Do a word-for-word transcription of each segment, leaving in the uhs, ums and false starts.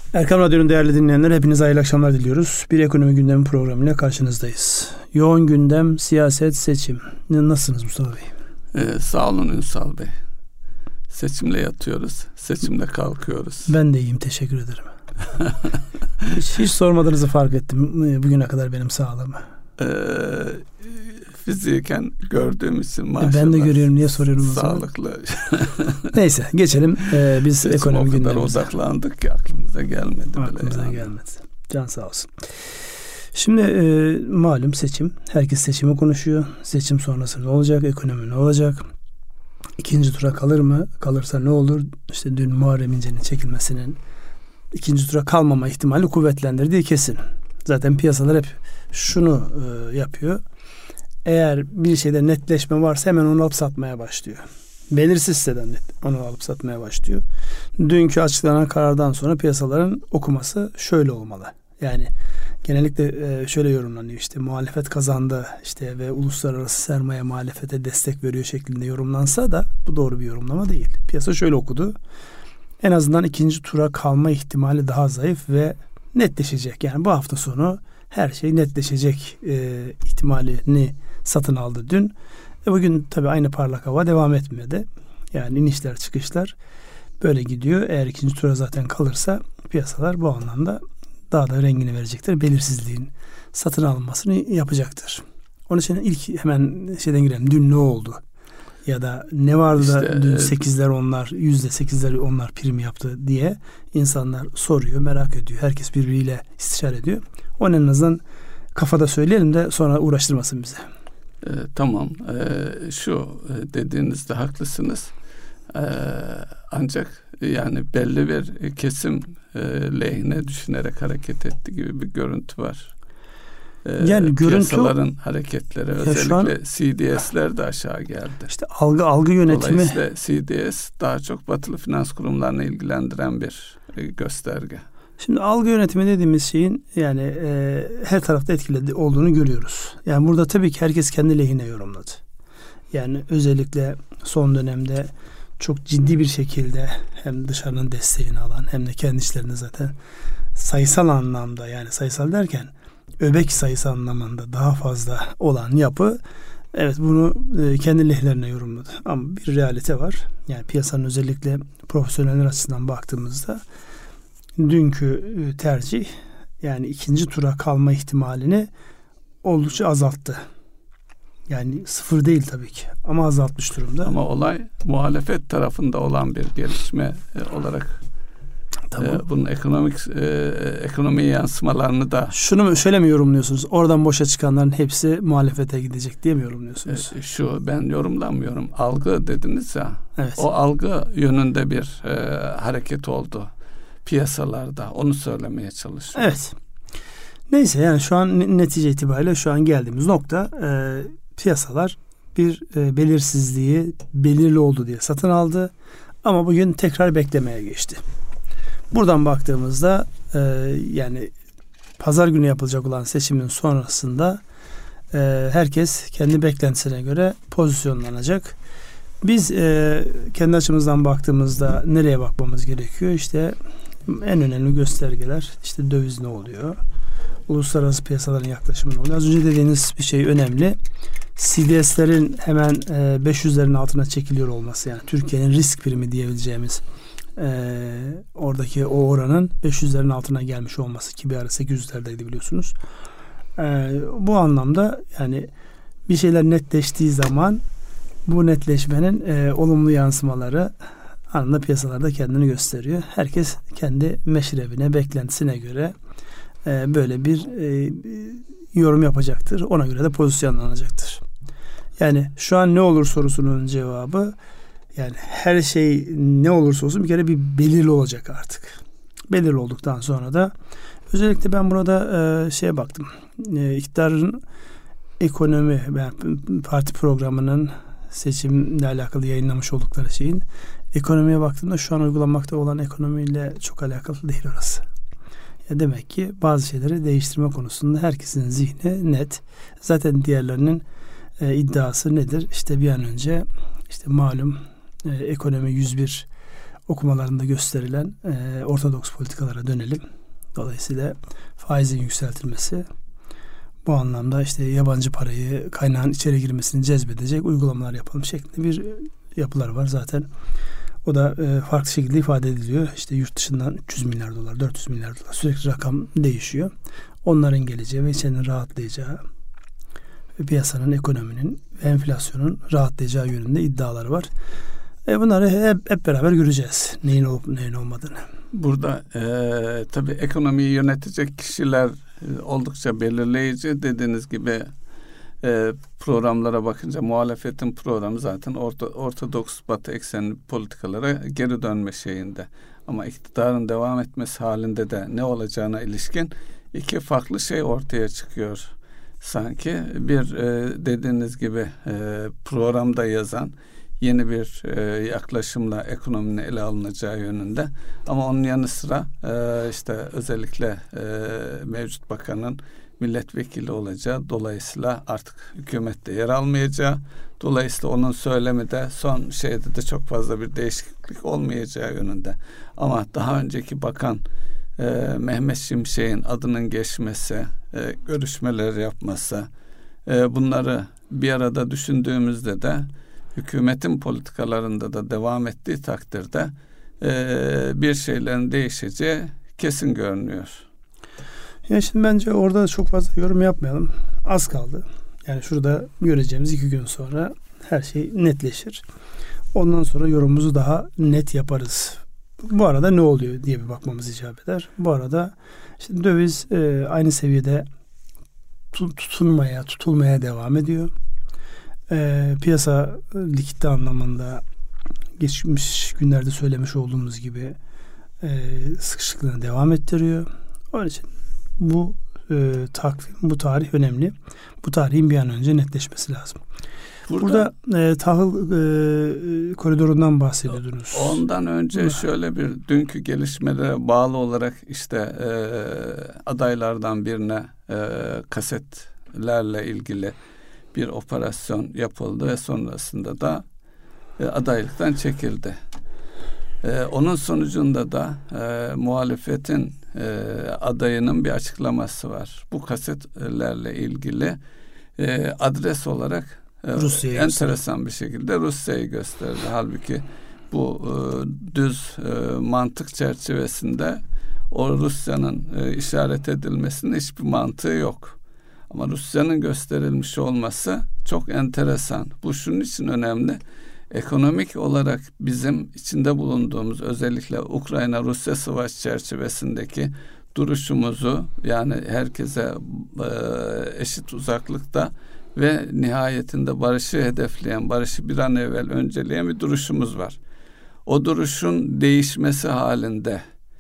Erkam Radyo'nun değerli dinleyenler, hepinize hayırlı akşamlar diliyoruz. Bir ekonomi gündemi programıyla karşınızdayız. Yoğun gündem, siyaset, seçim. Nasılsınız Mustafa Bey? Ee, sağ olun Ünsal Bey. Seçimle yatıyoruz, seçimle kalkıyoruz. Ben de iyiyim, teşekkür ederim. hiç, hiç sormadığınızı fark ettim bugüne kadar benim sağlığımı. Ee, fiziken gördüğüm için maşallah. Ben de görüyorum, niye soruyorum o zaman? Sağlıklı. Neyse geçelim. Ee, biz Seçim ekonomi gündemimize. O kadar odaklandık ki aklımıza gelmedi. Aklımıza yani. gelmedi. Can sağ olsun. Şimdi e, malum seçim. Herkes seçimi konuşuyor. Seçim sonrası ne olacak? Ekonomi ne olacak? İkinci tura kalır mı? Kalırsa ne olur? İşte dün Muharrem İnce'nin çekilmesinin ikinci tura kalmama ihtimali kuvvetlendirdiği kesin. Zaten piyasalar hep şunu e, yapıyor. Eğer bir şeyde netleşme varsa hemen onu alıp satmaya başlıyor. Belirsizse de onu alıp satmaya başlıyor. Dünkü açıklanan karardan sonra piyasaların okuması şöyle olmalı. Yani genellikle şöyle yorumlanıyor, işte muhalefet kazandı işte ve uluslararası sermaye muhalefete destek veriyor şeklinde yorumlansa da bu doğru bir yorumlama değil. Piyasa şöyle okudu. En azından ikinci tura kalma ihtimali daha zayıf ve netleşecek. Yani bu hafta sonu her şey netleşecek e, ihtimalini satın aldı dün. E bugün tabii aynı parlak hava devam etmedi. Yani inişler çıkışlar böyle gidiyor. Eğer ikinci tura zaten kalırsa piyasalar bu anlamda daha da rengini verecektir. Belirsizliğin satın alınmasını yapacaktır. Onun için ilk hemen şeyden girelim. Dün ne oldu? Ya da ne vardı işte, da dün sekizler onlar, yüzde sekizler onlar prim yaptı diye insanlar soruyor, merak ediyor. Herkes birbiriyle istişare ediyor. Onun en azından kafada söyleyelim de sonra uğraştırmasın bize. E, tamam. E, şu dediğinizde haklısınız. E, ancak yani belli bir kesim e, lehine düşünerek hareket etti gibi bir görüntü var. E, yani piyasaların görüntü, hareketleri özellikle an, C D S'ler de aşağı geldi. İşte algı algı yönetimi. Dolayısıyla C D S daha çok batılı finans kurumlarını ilgilendiren bir e, gösterge. Şimdi algı yönetimi dediğimiz şeyin yani e, her tarafta etkili olduğunu görüyoruz. Yani burada tabii ki herkes kendi lehine yorumladı. Yani özellikle son dönemde çok ciddi bir şekilde hem dışarının desteğini alan hem de kendi işlerinde zaten sayısal anlamda, yani sayısal derken öbek sayısı anlamında daha fazla olan yapı, evet bunu e, kendi lehlerine yorumladı. Ama bir realite var. Yani piyasanın özellikle profesyoneller açısından baktığımızda dünkü tercih yani ikinci tura kalma ihtimalini oldukça azalttı. Yani sıfır değil tabii ki ama azaltmış durumda. Ama olay muhalefet tarafında olan bir gelişme e, olarak tamam. e, bunun ekonomik e, ekonomiye yansımalarını da şunu şöyle mi yorumluyorsunuz? Oradan boşa çıkanların hepsi muhalefete gidecek diye mi yorumluyorsunuz? E, şu ben yorumlamıyorum. Algı dediniz ya. Evet. O algı yönünde bir e, hareket oldu piyasalarda. Onu söylemeye çalışıyorum. Evet. Neyse yani şu an netice itibariyle şu an geldiğimiz nokta e, piyasalar bir e, belirsizliği belirli oldu diye satın aldı. Ama bugün tekrar beklemeye geçti. Buradan baktığımızda e, yani pazar günü yapılacak olan seçimin sonrasında e, herkes kendi beklentisine göre pozisyonlanacak. Biz e, kendi açımızdan baktığımızda nereye bakmamız gerekiyor? İşte en önemli göstergeler işte döviz ne oluyor? Uluslararası piyasaların yaklaşımı ne oluyor? Az önce dediğiniz bir şey önemli. C D S'lerin hemen e, beş yüzlerin altına çekiliyor olması, yani Türkiye'nin risk primi diyebileceğimiz e, oradaki o oranın beş yüzlerin altına gelmiş olması ki bir ara sekiz yüzlerdeydi biliyorsunuz. E, bu anlamda yani bir şeyler netleştiği zaman bu netleşmenin e, olumlu yansımaları anında piyasalarda kendini gösteriyor. Herkes kendi meşrebine, beklentisine göre e, böyle bir e, yorum yapacaktır. Ona göre de pozisyonlanacaktır. Yani şu an ne olur sorusunun cevabı, yani her şey ne olursa olsun bir kere bir belirli olacak artık. Belirli olduktan sonra da özellikle ben burada e, şeye baktım. E, iktidarın ekonomi yani parti programının seçimle alakalı yayınlamış oldukları şeyin ekonomiye baktığımda şu an uygulanmakta olan ekonomiyle çok alakalı değil orası. Ya demek ki bazı şeyleri değiştirme konusunda herkesin zihni net. Zaten diğerlerinin e, iddiası nedir? İşte bir an önce işte malum e, ekonomi yüz bir okumalarında gösterilen e, ortodoks politikalara dönelim. Dolayısıyla faizin yükseltilmesi, bu anlamda işte yabancı parayı, kaynağın içeri girmesini cezbedecek uygulamalar yapalım şeklinde bir yapılar var zaten. O da e, farklı şekilde ifade ediliyor. İşte yurt dışından üç yüz milyar dolar, dört yüz milyar dolar, sürekli rakam değişiyor. Onların geleceği ve içerinin rahatlayacağı ve piyasanın, ekonominin ve enflasyonun rahatlayacağı yönünde iddialar var. E bunları hep, hep beraber göreceğiz. Neyin olup neyin olmadığını. Burada e, tabii ekonomiyi yönetecek kişiler e, oldukça belirleyici. Dediğiniz gibi e, programlara bakınca muhalefetin programı zaten orta, ortodoks batı eksenli politikalara geri dönme şeyinde. Ama iktidarın devam etmesi halinde de ne olacağına ilişkin iki farklı şey ortaya çıkıyor. Sanki bir e, dediğiniz gibi e, programda yazan yeni bir e, yaklaşımla ekonominin ele alınacağı yönünde. Ama onun yanı sıra e, işte özellikle e, mevcut bakanın milletvekili olacağı, dolayısıyla artık hükümette yer almayacağı, dolayısıyla onun söylemi de son şeyde de çok fazla bir değişiklik olmayacağı yönünde. Ama daha önceki bakan e, Mehmet Şimşek'in adının geçmesi, e, görüşmeler yapması, e, bunları bir arada düşündüğümüzde de hükümetin politikalarında da devam ettiği takdirde e, bir şeylerin değişeceği kesin görünüyor. Ya şimdi bence orada çok fazla yorum yapmayalım. Az kaldı. Yani şurada göreceğimiz iki gün sonra her şey netleşir. Ondan sonra yorumumuzu daha net yaparız. Bu arada ne oluyor diye bir bakmamız icap eder. Bu arada işte döviz e, aynı seviyede tutunmaya, tutulmaya devam ediyor. E, piyasa likidite anlamında geçmiş günlerde söylemiş olduğumuz gibi e, sıkışıklığını devam ettiriyor. Onun için bu e, takvim, bu tarih önemli. Bu tarihin bir an önce netleşmesi lazım. Burada, Burada e, tahıl e, koridorundan bahsediyordunuz. Ondan önce Burada. şöyle bir dünkü gelişmelere bağlı olarak işte e, adaylardan birine e, kasetlerle ilgili bir operasyon yapıldı ve sonrasında da e, adaylıktan çekildi. E, onun sonucunda da e, muhalefetin e, adayının bir açıklaması var. Bu kasetlerle ilgili e, adres olarak e, Rusya'yı enteresan gösterdi. Bir şekilde Rusya'yı gösterdi. Halbuki bu e, düz e, mantık çerçevesinde o Rusya'nın e, işaret edilmesinin hiçbir mantığı yok. Ama Rusya'nın gösterilmiş olması çok enteresan. Bu şunun için önemli. Ekonomik olarak bizim içinde bulunduğumuz özellikle Ukrayna-Rusya savaş çerçevesindeki duruşumuzu, yani herkese e, eşit uzaklıkta ve nihayetinde barışı hedefleyen, barışı bir an evvel önceleyen bir duruşumuz var. O duruşun değişmesi halinde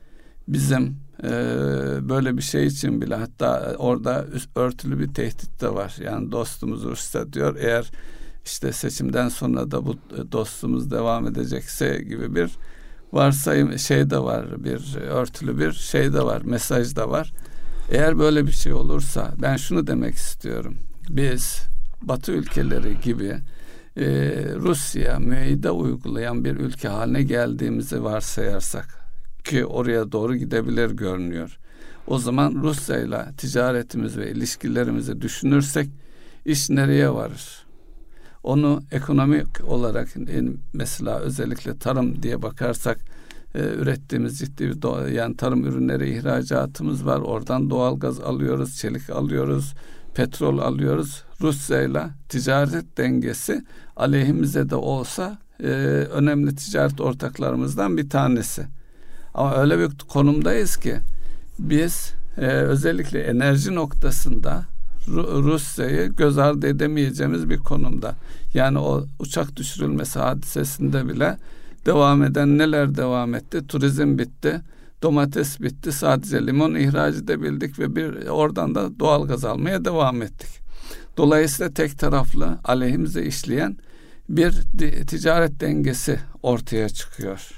bizim e, böyle bir şey için bile, hatta orada örtülü bir tehdit de var. Yani dostumuz Rusya diyor, eğer işte seçimden sonra da bu dostumuz devam edecekse gibi bir varsayım şey de var, bir örtülü bir şey de var, mesaj da var. Eğer böyle bir şey olursa ben şunu demek istiyorum. Biz Batı ülkeleri gibi e, Rusya müeyyide uygulayan bir ülke haline geldiğimizi varsayarsak, ki oraya doğru gidebilir görünüyor. O zaman Rusya ile ticaretimiz ve ilişkilerimizi düşünürsek iş nereye varır? Onu ekonomik olarak mesela özellikle tarım diye bakarsak e, ürettiğimiz ciddi bir doğa, yani tarım ürünleri ihracatımız var. Oradan doğalgaz alıyoruz, çelik alıyoruz, petrol alıyoruz. Rusya ile ticaret dengesi aleyhimize de olsa e, önemli ticaret ortaklarımızdan bir tanesi. Ama öyle bir konumdayız ki biz e, özellikle enerji noktasında Rusya'yı göz ardı edemeyeceğimiz bir konumda. Yani o uçak düşürülmesi hadisesinde bile devam eden neler devam etti? Turizm bitti, domates bitti, sadece limon ihraç edebildik ve bir oradan da doğalgaz almaya devam ettik. Dolayısıyla tek taraflı aleyhimize işleyen bir ticaret dengesi ortaya çıkıyor.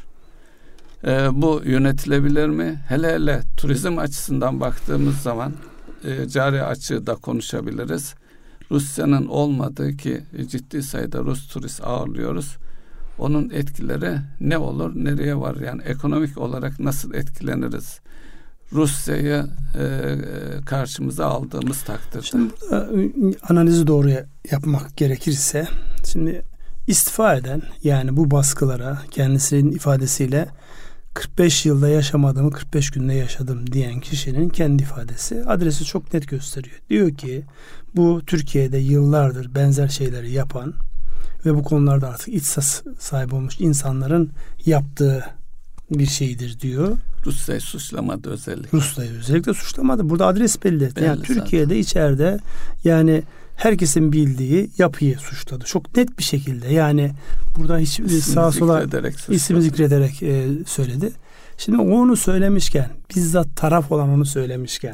Ee, bu yönetilebilir mi? Hele hele turizm açısından baktığımız zaman e, cari açığı da konuşabiliriz. Rusya'nın olmadığı ki ciddi sayıda Rus turist ağırlıyoruz. onun etkileri ne olur, nereye var? Yani ekonomik olarak nasıl etkileniriz? Rusya'yı e, karşımıza aldığımız takdirde. Şimdi burada analizi doğru yapmak gerekirse, şimdi istifa eden, yani bu baskılara kendisinin ifadesiyle kırk beş yılda yaşamadığımı kırk beş günde yaşadım diyen kişinin kendi ifadesi adresi çok net gösteriyor. Diyor ki bu Türkiye'de yıllardır benzer şeyleri yapan ve bu konularda artık ihsas sahibi olmuş insanların yaptığı bir şeydir diyor. Rusya'yı suçlamadı özellikle. Rusya'yı özellikle suçlamadı. Burada adres belli. belli yani Türkiye'de zaten. içeride yani herkesin bildiği yapıyı suçladı. Çok net bir şekilde. Yani burada hiç sağa sola isim zikrederek e, söyledi. Şimdi o onu söylemişken, bizzat taraf olan onu söylemişken,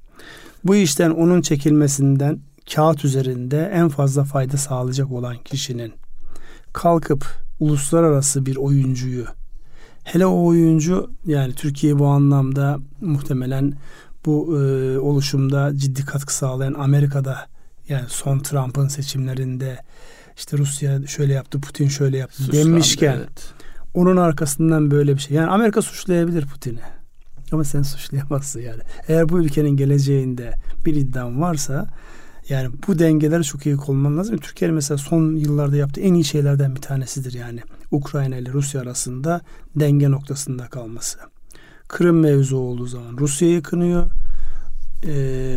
bu işten onun çekilmesinden kağıt üzerinde en fazla fayda sağlayacak olan kişinin kalkıp uluslararası bir oyuncuyu, hele o oyuncu, yani Türkiye bu anlamda muhtemelen bu e, oluşumda ciddi katkı sağlayan Amerika'da, yani son Trump'ın seçimlerinde işte Rusya şöyle yaptı, Putin şöyle yaptı Suçlandı, demişken evet. Onun arkasından böyle bir şey. Yani Amerika suçlayabilir Putin'i. Ama sen suçlayamazsın yani. Eğer bu ülkenin geleceğinde bir iddian varsa, yani bu dengeleri çok iyi kullanman lazım. Türkiye'nin mesela son yıllarda yaptığı en iyi şeylerden bir tanesidir yani. Ukrayna ile Rusya arasında denge noktasında kalması. Kırım mevzu olduğu zaman Rusya'yı kınıyor. Ee,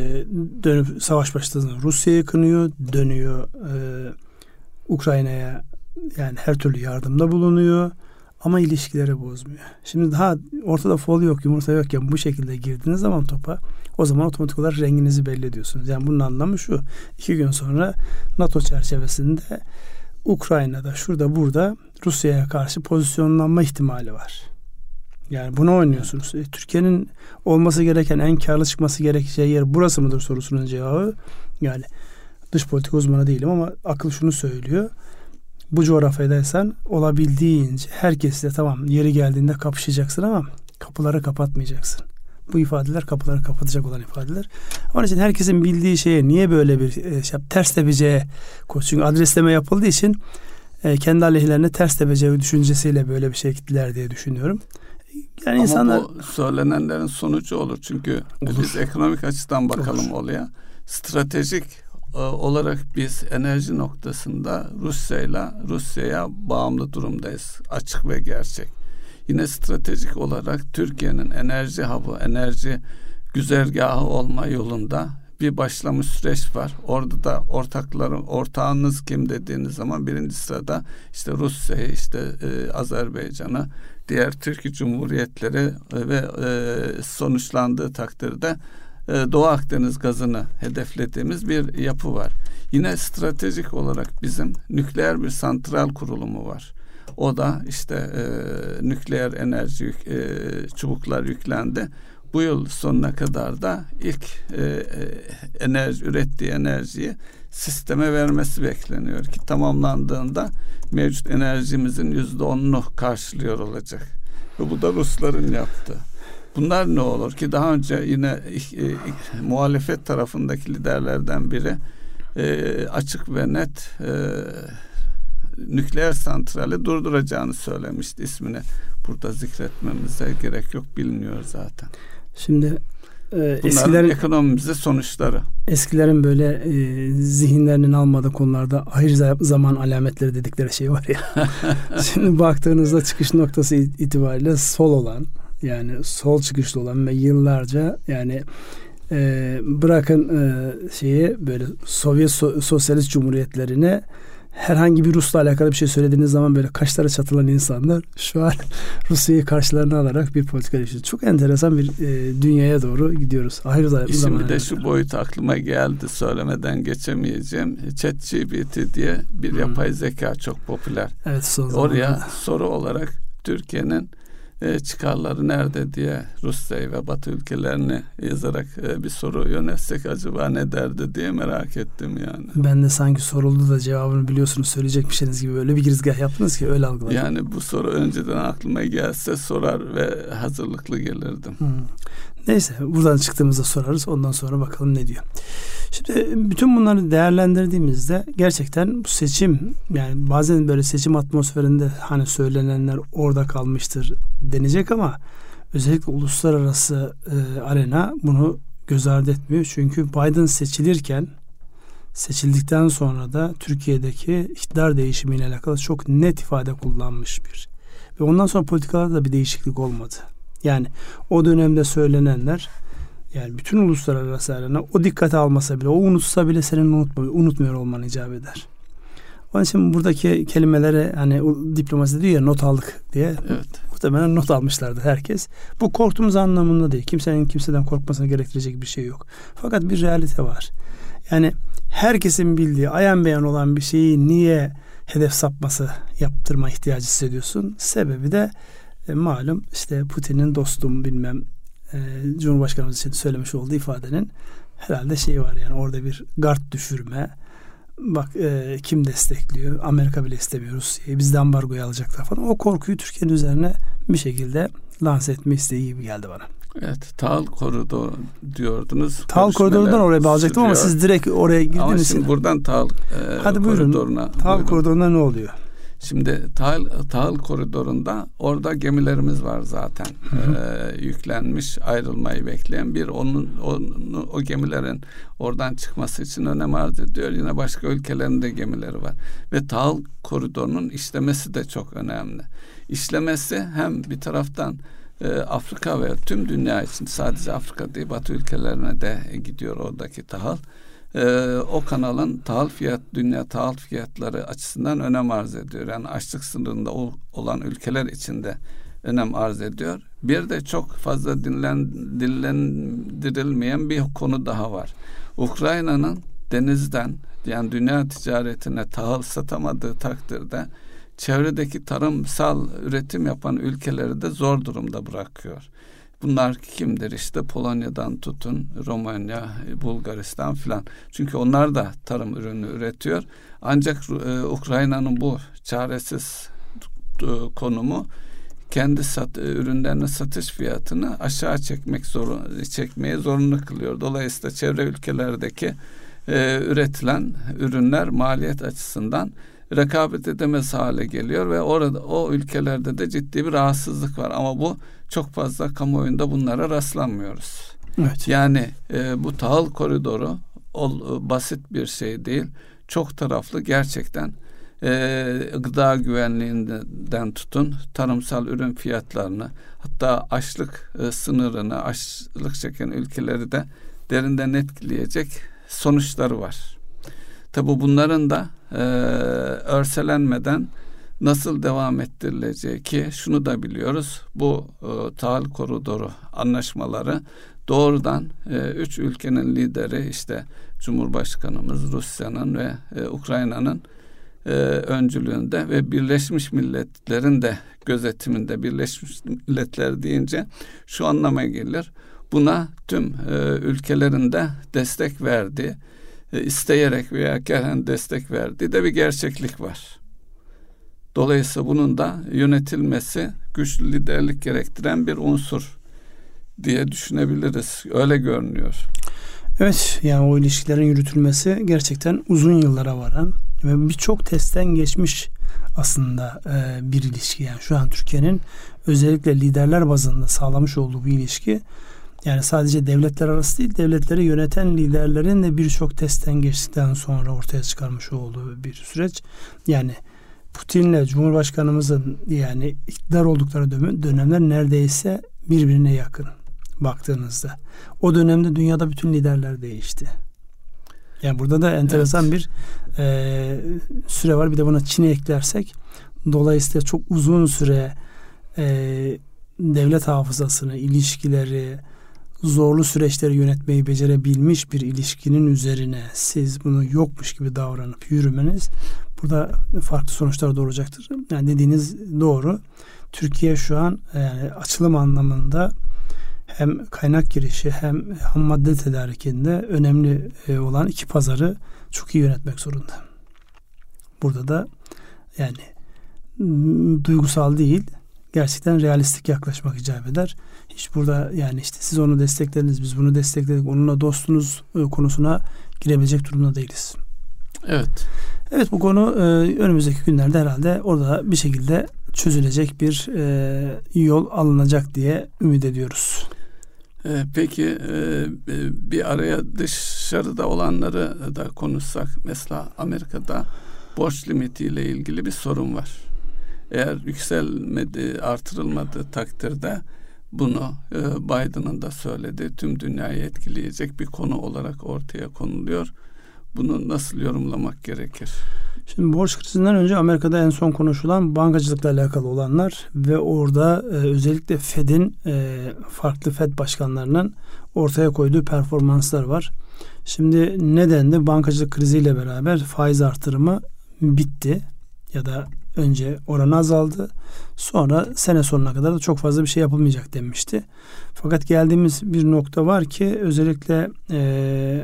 dönüp savaş başladığı zaman Rusya'yı kınıyor. Dönüyor e, Ukrayna'ya yani her türlü yardımda bulunuyor. Ama ilişkileri bozmuyor. Şimdi daha ortada fol yok, yumurta yokken bu şekilde girdiğiniz zaman topa, o zaman otomatik olarak renginizi belli ediyorsunuz. Yani bunun anlamı şu: iki gün sonra NATO çerçevesinde Ukrayna'da, şurada burada Rusya'ya karşı pozisyonlanma ihtimali var. Yani bunu oynuyorsunuz. E, Türkiye'nin olması gereken, en karlı çıkması gerekeceği yer burası mıdır sorusunun cevabı. Yani dış politika uzmanı değilim ama akıl şunu söylüyor: bu coğrafyadaysan olabildiğince herkesle tamam yeri geldiğinde kapışacaksın ama kapıları kapatmayacaksın. Bu ifadeler kapıları kapatacak olan ifadeler. Onun için herkesin bildiği şeye niye böyle bir e, şey, ters tepeceğe koş. Çünkü adresleme yapıldığı için e, kendi aleyhlerine ters tepeceği düşüncesiyle böyle bir şey gittiler diye düşünüyorum. Yani ama insanlar, bu söylenenlerin sonucu olur. Çünkü olur. Biz ekonomik açıdan bakalım olur. Olaya. Stratejik olarak biz enerji noktasında Rusya'yla Rusya'ya bağımlı durumdayız. Açık ve gerçek. Yine stratejik olarak Türkiye'nin enerji hub'ı, enerji güzergahı olma yolunda bir başlamış süreç var. Orada da ortakları, ortağınız kim dediğiniz zaman birinci sırada işte Rusya'yı, işte e, Azerbaycan'ı, diğer Türk Cumhuriyetleri ve e, sonuçlandığı takdirde Doğu Akdeniz gazını hedeflediğimiz bir yapı var. Yine stratejik olarak bizim nükleer bir santral kurulumu var. O da işte e, nükleer enerji yük, e, çubuklar yüklendi. Bu yıl sonuna kadar da ilk e, enerji ürettiği enerjiyi sisteme vermesi bekleniyor ki tamamlandığında mevcut enerjimizin yüzde onunu karşılıyor olacak. Ve bu da Rusların yaptığı. Bunlar ne olur ki daha önce yine e, e, muhalefet tarafındaki liderlerden biri e, açık ve net e, nükleer santrali durduracağını söylemişti. İsmini burada zikretmemize gerek yok, biliniyor zaten. Şimdi e, eskilerin ekonomimize sonuçları. Eskilerin böyle e, zihinlerinin almadığı konularda ahir zaman alametleri dedikleri şey var ya. Şimdi baktığınızda çıkış noktası itibariyle sol olan, yani sol çıkışlı olan ve yıllarca yani e, bırakın e, şeyi böyle Sovyet so, sosyalist cumhuriyetlerine herhangi bir Rus'la alakalı bir şey söylediğiniz zaman böyle kaşları çatılan insanlar şu an Rusya'yı karşılarına alarak bir politika yaşıyor. Çok enteresan bir e, dünyaya doğru gidiyoruz. Ahir zaman. Şimdi de şu boyut aklıma geldi, söylemeden geçemeyeceğim. ChatGPT diye bir hmm. yapay zeka çok popüler. Evet, son oraya zamanlarda soru olarak Türkiye'nin E, çıkarları nerede diye Rusya'yı ve Batı ülkelerini yazarak e, bir soru yönetsek acaba ne derdi diye merak ettim yani. Ben de sanki soruldu da cevabını biliyorsunuz söyleyecekmişsiniz gibi böyle bir girizgah yaptınız ki öyle algıladım. Yani bu soru önceden aklıma gelse sorar ve hazırlıklı gelirdim. Hmm. Neyse, buradan çıktığımızda sorarız, ondan sonra bakalım ne diyor. Şimdi bütün bunları değerlendirdiğimizde gerçekten bu seçim, yani bazen böyle seçim atmosferinde hani söylenenler orada kalmıştır denecek ama özellikle uluslararası e, arena bunu göz ardı etmiyor. Çünkü Biden seçilirken, seçildikten sonra da Türkiye'deki iktidar değişimiyle alakalı çok net ifade kullanmış bir. Ve ondan sonra politikalarda da bir değişiklik olmadı. Yani o dönemde söylenenler, yani bütün uluslararası arena o dikkate almasa bile, o unutsa bile senin unutma, unutmuyor olman icap eder. Onun için buradaki kelimelere hani o diplomasi diyor ya, not aldık diye. Evet. Muhtemelen not almışlardı herkes. Bu korktuğumuz anlamında değil. Kimsenin kimseden korkmasına gerektirecek bir şey yok. Fakat bir realite var. Yani herkesin bildiği, ayan beyan olan bir şeyi niye hedef sapması yaptırma ihtiyacı hissediyorsun? Sebebi de e, malum işte Putin'in dostum bilmem e, Cumhurbaşkanımız için söylemiş olduğu ifadenin herhalde şeyi var, yani orada bir gard düşürme. Bak e, kim destekliyor? Amerika bile istemiyor Rusya'yı. Biz de ambargoyu alacaklar falan. O korkuyu Türkiye'nin üzerine bir şekilde lanse etme isteği gibi geldi bana. Evet, tahıl koridoru diyordunuz. Tahıl koridorundan oraya bağlayacaktım ama siz direkt oraya girdiniz. Ama şimdi buradan tahıl e, Hadi koridoruna. Tahıl koridorunda ne oluyor? Şimdi tahıl, tahıl koridorunda orada gemilerimiz var zaten. Hı hı. E, yüklenmiş, ayrılmayı bekleyen bir onun, onun o gemilerin oradan çıkması için önem arz ediyor. Yine başka ülkelerin de gemileri var. Ve tahıl koridorunun işlemesi de çok önemli. İşlemesi hem bir taraftan e, Afrika ve tüm dünya için, sadece Afrika değil Batı ülkelerine de gidiyor oradaki tahıl. Ee, o kanalın tahıl fiyat, dünya tahıl fiyatları açısından önem arz ediyor. Yani açlık sınırında ol, olan ülkeler içinde önem arz ediyor. Bir de çok fazla dinlen, dillendirilmeyen bir konu daha var. Ukrayna'nın denizden, yani dünya ticaretine tahıl satamadığı takdirde çevredeki tarımsal üretim yapan ülkeleri de zor durumda bırakıyor. Bunlar kimdir? İşte Polonya'dan tutun, Romanya, Bulgaristan filan. Çünkü onlar da tarım ürünü üretiyor. Ancak e, Ukrayna'nın bu çaresiz e, konumu kendi sat, e, ürünlerinin satış fiyatını aşağı çekmek zorun, çekmeye zorunlu kılıyor. Dolayısıyla çevre ülkelerdeki e, üretilen ürünler maliyet açısından rekabet edemez hale geliyor ve orada o ülkelerde de ciddi bir rahatsızlık var. Ama bu çok fazla kamuoyunda bunlara rastlanmıyoruz. Evet. Yani e, bu tahıl koridoru ol, basit bir şey değil. Çok taraflı, gerçekten e, gıda güvenliğinden tutun tarımsal ürün fiyatlarını, hatta açlık e, sınırını, açlık çeken ülkeleri de derinden etkileyecek sonuçları var. Tabi bunların da e, örselenmeden nasıl devam ettirileceği, ki şunu da biliyoruz, bu e, tahıl koridoru anlaşmaları doğrudan e, üç ülkenin lideri, işte Cumhurbaşkanımız, Rusya'nın ve e, Ukrayna'nın e, öncülüğünde ve Birleşmiş Milletler'in de gözetiminde. Birleşmiş Milletler deyince şu anlama gelir: buna tüm e, ülkelerin de destek verdiği, e, isteyerek veya keren destek verdiği de bir gerçeklik var. Dolayısıyla bunun da yönetilmesi güçlü liderlik gerektiren bir unsur diye düşünebiliriz. Öyle görünüyor. Evet, yani o ilişkilerin yürütülmesi gerçekten uzun yıllara varan ve birçok testten geçmiş aslında e, bir ilişki. Yani şu an Türkiye'nin özellikle liderler bazında sağlamış olduğu bir ilişki. Yani sadece devletler arası değil, devletleri yöneten liderlerin de birçok testten geçtikten sonra ortaya çıkarmış olduğu bir süreç. Yani Putin'le Cumhurbaşkanımızın yani iktidar oldukları dönemler neredeyse birbirine yakın baktığınızda. O dönemde dünyada bütün liderler değişti. Yani burada da enteresan evet. bir e, süre var. Bir de buna Çin'i eklersek, dolayısıyla çok uzun süre e, devlet hafızasını, ilişkileri, zorlu süreçleri yönetmeyi becerebilmiş bir ilişkinin üzerine siz bunu yokmuş gibi davranıp yürümeniz burada farklı sonuçlar doğuracaktır. Yani dediğiniz doğru. Türkiye şu an yani açılım anlamında hem kaynak girişi hem ham madde tedarikinde önemli olan iki pazarı çok iyi yönetmek zorunda. Burada da yani duygusal değil, gerçekten realistik yaklaşmak icap eder. Hiç burada yani işte siz onu desteklediniz, biz bunu destekledik, onunla dostunuz konusuna girebilecek durumda değiliz. Evet. Evet, bu konu e, önümüzdeki günlerde herhalde orada bir şekilde çözülecek bir e, yol alınacak diye ümit ediyoruz. E, peki e, bir araya dışarıda olanları da konuşsak, mesela Amerika'da borç limitiyle ilgili bir sorun var. Eğer yükselmedi, artırılmadığı takdirde bunu e, Biden'ın da söylediği tüm dünyayı etkileyecek bir konu olarak ortaya konuluyor. Bunu nasıl yorumlamak gerekir? Şimdi borç krizinden önce Amerika'da en son konuşulan bankacılıkla alakalı olanlar ve orada e, özellikle Fed'in e, farklı Fed başkanlarının ortaya koyduğu performanslar var. Şimdi neden de bankacılık kriziyle beraber faiz artırımı bitti ya da önce oranı azaldı. Sonra sene sonuna kadar da çok fazla bir şey yapılmayacak denmişti. Fakat geldiğimiz bir nokta var ki özellikle e,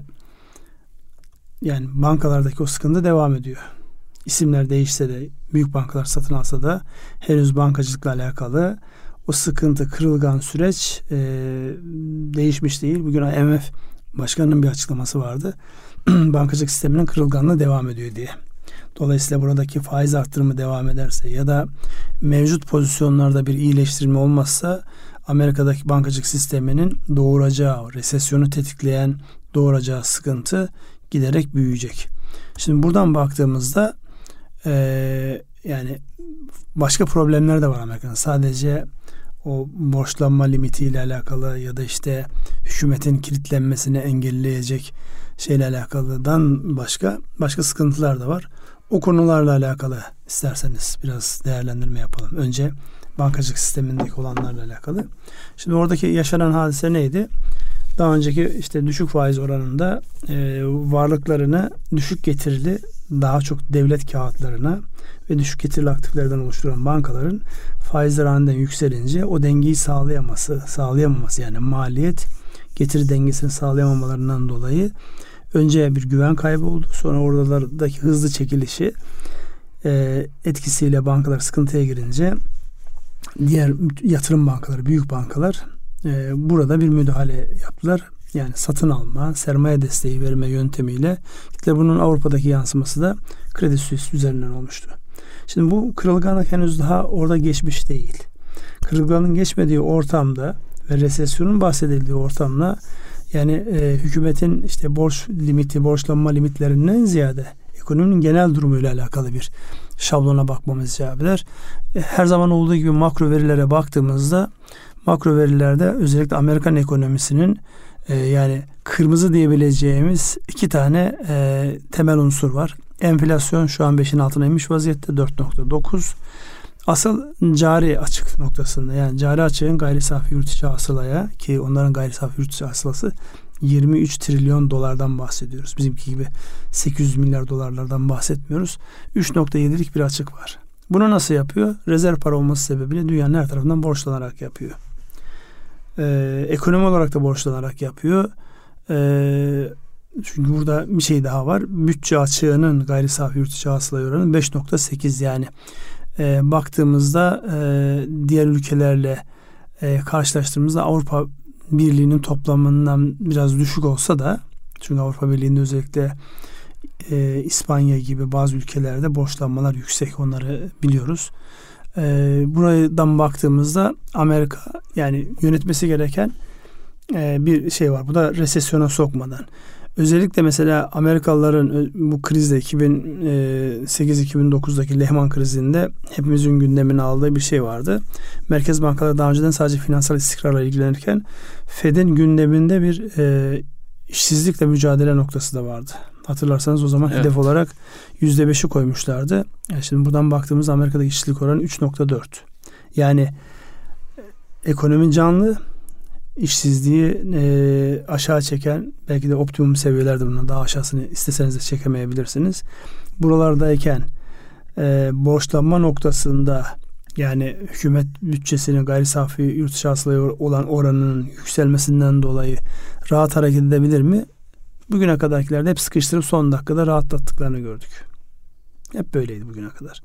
yani bankalardaki o sıkıntı devam ediyor. İsimler değişse de, büyük bankalar satın alsa da henüz bankacılıkla alakalı o sıkıntı, kırılgan süreç e, değişmiş değil. Bugün I M F Başkanı'nın bir açıklaması vardı. Bankacılık sisteminin kırılganlığı devam ediyor diye. Dolayısıyla buradaki faiz artırımı devam ederse ya da mevcut pozisyonlarda bir iyileştirme olmazsa Amerika'daki bankacılık sisteminin doğuracağı, resesyonu tetikleyen doğuracağı sıkıntı giderek büyüyecek. Şimdi buradan baktığımızda e, yani başka problemler de var Amerika'nın. Sadece o borçlanma limitiyle alakalı ya da işte hükümetin kilitlenmesini engelleyecek şeyle alakalıdan başka başka sıkıntılar da var. O konularla alakalı isterseniz biraz değerlendirme yapalım. Önce bankacılık sistemindeki olanlarla alakalı. Şimdi oradaki yaşanan hadise neydi? Daha önceki işte düşük faiz oranında e, varlıklarını düşük getirili daha çok devlet kağıtlarına ve düşük getirili aktiflerden oluşturan bankaların faizler aniden yükselince o dengeyi sağlayaması, sağlayamaması yani maliyet getiri dengesini sağlayamamalarından dolayı önce bir güven kaybı oldu. Sonra oralardaki hızlı çekilişi e, etkisiyle bankalar sıkıntıya girince diğer yatırım bankaları, büyük bankalar e, burada bir müdahale yaptılar. Yani satın alma, sermaye desteği verme yöntemiyle. İşte bunun Avrupa'daki yansıması da Credit Suisse üzerinden olmuştu. Şimdi bu kırılganlık henüz daha orada geçmiş değil. Kırılganlığın geçmediği ortamda ve resesyonun bahsedildiği ortamda yani e, hükümetin işte borç limiti, borçlanma limitlerinden ziyade ekonominin genel durumuyla alakalı bir şablona bakmamız icap eder. E, her zaman olduğu gibi makro verilere baktığımızda makro verilerde özellikle Amerikan ekonomisinin e, yani kırmızı diyebileceğimiz iki tane e, temel unsur var. Enflasyon şu an beşin altına inmiş vaziyette, dört nokta dokuz. Asıl cari açık noktasında, yani cari açığın gayri safi yurt içi hasılaya, ki onların gayri safi yurt içi hasılası yirmi üç trilyon dolardan bahsediyoruz. Bizimki gibi sekiz yüz milyar dolarlardan bahsetmiyoruz. üç nokta yedilik bir açık var. Bunu nasıl yapıyor? Rezerv para olması sebebiyle dünyanın her tarafından borçlanarak yapıyor. Ee, ekonomi olarak da borçlanarak yapıyor. Ee, çünkü burada bir şey daha var. Bütçe açığının gayri safi yurt içi hasılaya oranı beş nokta sekiz, yani e, baktığımızda e, diğer ülkelerle e, karşılaştırdığımızda Avrupa Birliği'nin toplamından biraz düşük olsa da, çünkü Avrupa Birliği'nde özellikle e, İspanya gibi bazı ülkelerde borçlanmalar yüksek, onları biliyoruz. E, buradan baktığımızda Amerika yani yönetmesi gereken e, bir şey var. Bu da resesyona sokmadan. Özellikle mesela Amerikalıların bu krizde iki bin sekiz iki bin dokuzdaki Lehman krizinde hepimizin gündemine aldığı bir şey vardı. Merkez bankaları daha önceden sadece finansal istikrarla ilgilenirken Fed'in gündeminde bir e, işsizlikle mücadele noktası da vardı. Hatırlarsanız o zaman evet, hedef olarak yüzde beşi koymuşlardı. Yani şimdi buradan baktığımızda Amerika'daki işsizlik oranı üç nokta dört. Yani ekonomi canlı, işsizliği e, aşağı çeken, belki de optimum seviyelerde, bunun daha aşağısını isteseniz de çekemeyebilirsiniz. Buralardayken e, borçlanma noktasında, yani hükümet bütçesinin gayri safi yurt dışı hasılaya olan oranının yükselmesinden dolayı rahat hareket edebilir mi? Bugüne kadarkilerde hep sıkıştırıp son dakikada rahatlattıklarını gördük. Hep böyleydi bugüne kadar.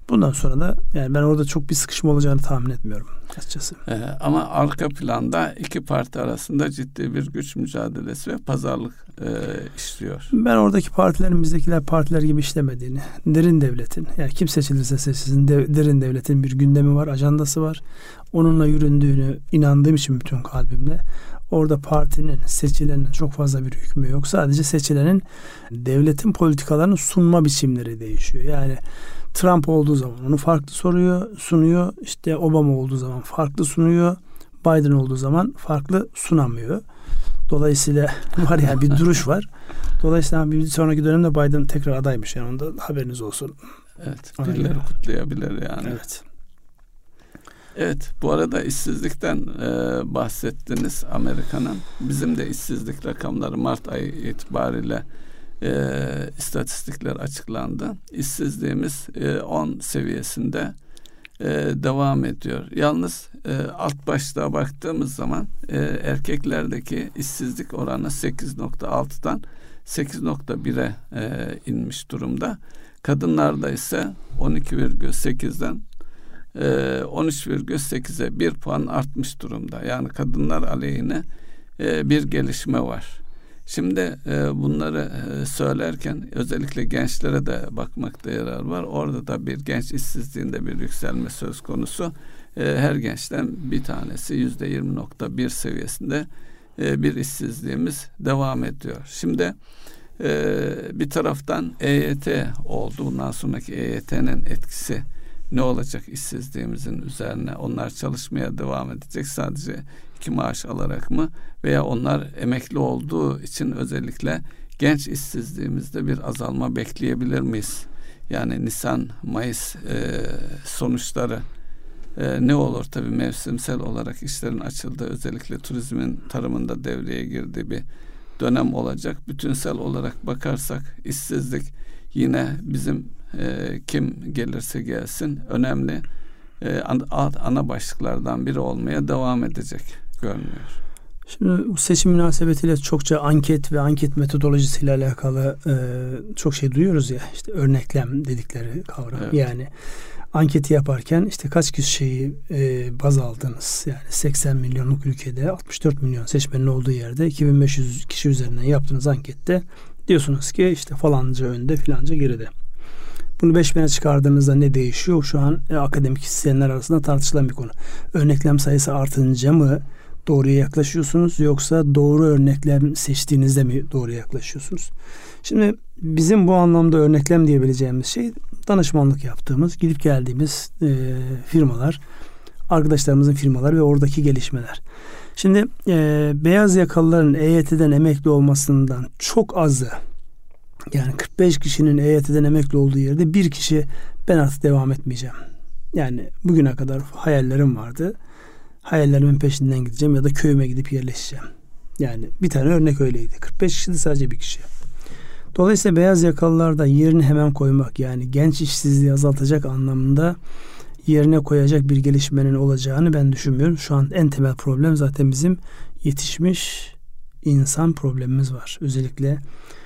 Bundan sonra da yani ben orada çok bir sıkışma olacağını tahmin etmiyorum açıkçası. Ee, ama arka planda iki parti arasında ciddi bir güç mücadelesi ve pazarlık e, işliyor. Ben oradaki partilerin bizdekiler partiler gibi işlemediğini, derin devletin, yani kim seçilirse seçilsin de, derin devletin bir gündemi var, ajandası var. Onunla yüründüğünü inandığım için bütün kalbimle orada partinin, seçilenin çok fazla bir hükmü yok. Sadece seçilenin devletin politikalarını sunma biçimleri değişiyor. Yani Trump olduğu zaman onu farklı soruyor, sunuyor. İşte Obama olduğu zaman farklı sunuyor. Biden olduğu zaman farklı sunamıyor. Dolayısıyla var yani bir duruş var. Dolayısıyla bir sonraki dönemde Biden tekrar adaymış. Yani onda haberiniz olsun. Evet. Birileri kutlayabilir yani. Evet. Evet. Bu arada işsizlikten e, bahsettiniz Amerika'nın. Bizim de işsizlik rakamları Mart ayı itibariyle e, istatistikler açıklandı. İşsizliğimiz e, on seviyesinde e, devam ediyor. Yalnız e, alt başlığa baktığımız zaman e, erkeklerdeki işsizlik oranı sekiz nokta altıdan sekiz nokta bire e, inmiş durumda. Kadınlarda ise on iki virgül sekizden e, on üç virgül sekize bir puan artmış durumda. Yani kadınlar aleyhine e, bir gelişme var. Şimdi e, bunları e, söylerken özellikle gençlere de bakmakta yarar var. Orada da bir genç işsizliğinde bir yükselme söz konusu. E, her gençten bir tanesi yüzde yirmi nokta bir seviyesinde e, bir işsizliğimiz devam ediyor. Şimdi e, bir taraftan E Y T oldu. Bundan sonraki E Y T'nin etkisi ne olacak işsizliğimizin üzerine? Onlar çalışmaya devam edecek. Sadece iki maaş alarak mı? Veya onlar emekli olduğu için özellikle genç işsizliğimizde bir azalma bekleyebilir miyiz? Yani Nisan, Mayıs e, sonuçları e, ne olur? Tabii mevsimsel olarak işlerin açıldığı, özellikle turizmin, tarımında devreye girdiği bir dönem olacak. Bütünsel olarak bakarsak işsizlik yine bizim e, kim gelirse gelsin önemli e, ana, ana başlıklardan biri olmaya devam edecek görünüyor. Şimdi bu seçim münasebetiyle çokça anket ve anket metodolojisiyle alakalı e, çok şey duyuyoruz ya, işte örneklem dedikleri kavram. Evet. Yani anketi yaparken işte kaç kişiyi e, baz aldınız? Yani seksen milyonluk ülkede altmış dört milyon seçmenin olduğu yerde iki bin beş yüz kişi üzerinden yaptığınız ankette diyorsunuz ki işte falanca önde filanca geride. Bunu beş bine çıkardığınızda ne değişiyor? Şu an e, akademik isteyenler arasında tartışılan bir konu. Örneklem sayısı artınca mı doğruya yaklaşıyorsunuz, yoksa doğru örneklem seçtiğinizde mi doğruya yaklaşıyorsunuz? Şimdi bizim bu anlamda örneklem diyebileceğimiz şey danışmanlık yaptığımız, gidip geldiğimiz e, firmalar, arkadaşlarımızın firmaları ve oradaki gelişmeler. Şimdi e, beyaz yakalıların E Y T'den emekli olmasından çok azı, yani kırk beş kişinin E Y T'den emekli olduğu yerde bir kişi ben artık devam etmeyeceğim. Yani bugüne kadar hayallerim vardı. Hayallerimin peşinden gideceğim ya da köyüme gidip yerleşeceğim. Yani bir tane örnek öyleydi. kırk beş kişide sadece bir kişi. Dolayısıyla beyaz yakalılarda yerini hemen koymak, yani genç işsizliği azaltacak anlamında yerine koyacak bir gelişmenin olacağını ben düşünmüyorum. Şu an en temel problem zaten bizim yetişmiş insan problemimiz var. Özellikle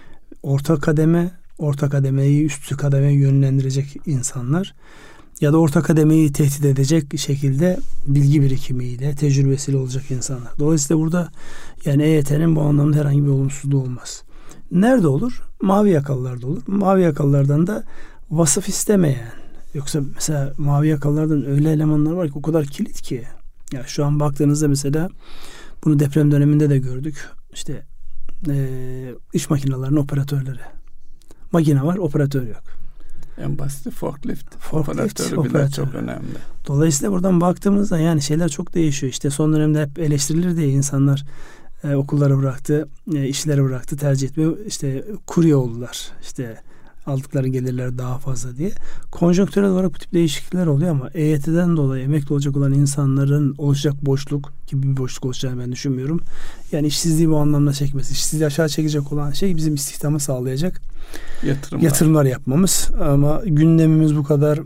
orta kademe, orta kademeyi üstü kademeye yönlendirecek insanlar ya da orta kademeyi tehdit edecek şekilde bilgi birikimiyle, tecrübesiyle olacak insanlar. Dolayısıyla burada yani E Y T'nin bu anlamda herhangi bir olumsuzluğu olmaz. Nerede olur? Mavi yakalılarda olur. Mavi yakalılardan da vasıf istemeyen, yoksa mesela mavi yakalılardan öyle elemanlar var ki o kadar kilit ki. Ya şu an baktığınızda mesela bunu deprem döneminde de gördük. İşte e, iş makinelerinin operatörleri. Makine var, operatör yok. En basit forklift, forklift operatörü operatör. bile çok önemli. Dolayısıyla buradan baktığımızda yani şeyler çok değişiyor. İşte son dönemde hep eleştirilir diye insanlar e, okulları bıraktı, e, işleri bıraktı, tercih etmiyor. İşte kurye oldular. İşte aldıkları gelirler daha fazla diye. Konjonktürel olarak bu tip değişiklikler oluyor ama E Y T'den dolayı emekli olacak olan insanların olacak boşluk gibi bir boşluk olacağını ben düşünmüyorum. Yani işsizliği bu anlamda çekmesi, işsizliği aşağı çekecek olan şey bizim istihdamı sağlayacak yatırımlar, yatırımlar yapmamız. Ama gündemimiz bu kadar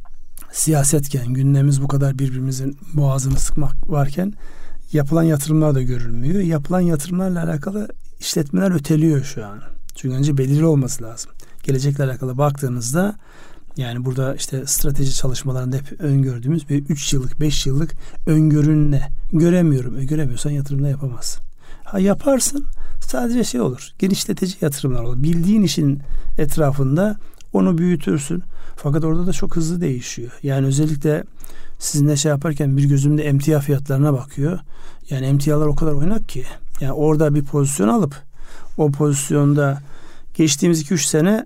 siyasetken, gündemimiz bu kadar birbirimizin boğazını sıkmak varken yapılan yatırımlar da görülmüyor. Yapılan yatırımlarla alakalı işletmeler öteliyor şu an. Çünkü önce belirli olması lazım. Gelecekle alakalı baktığınızda Yani burada işte strateji çalışmalarında hep öngördüğümüz bir üç yıllık, beş yıllık öngörün ne? Göremiyorum. E, göremiyorsan yatırımda yapamazsın. Ha yaparsın, sadece şey olur. Genişletici yatırımlar olur. Bildiğin işin etrafında onu büyütürsün. Fakat orada da çok hızlı değişiyor. Yani özellikle sizinle şey yaparken bir gözümde emtia fiyatlarına bakıyor. Yani emtialar o kadar oynak ki. Yani orada bir pozisyon alıp o pozisyonda geçtiğimiz iki üç sene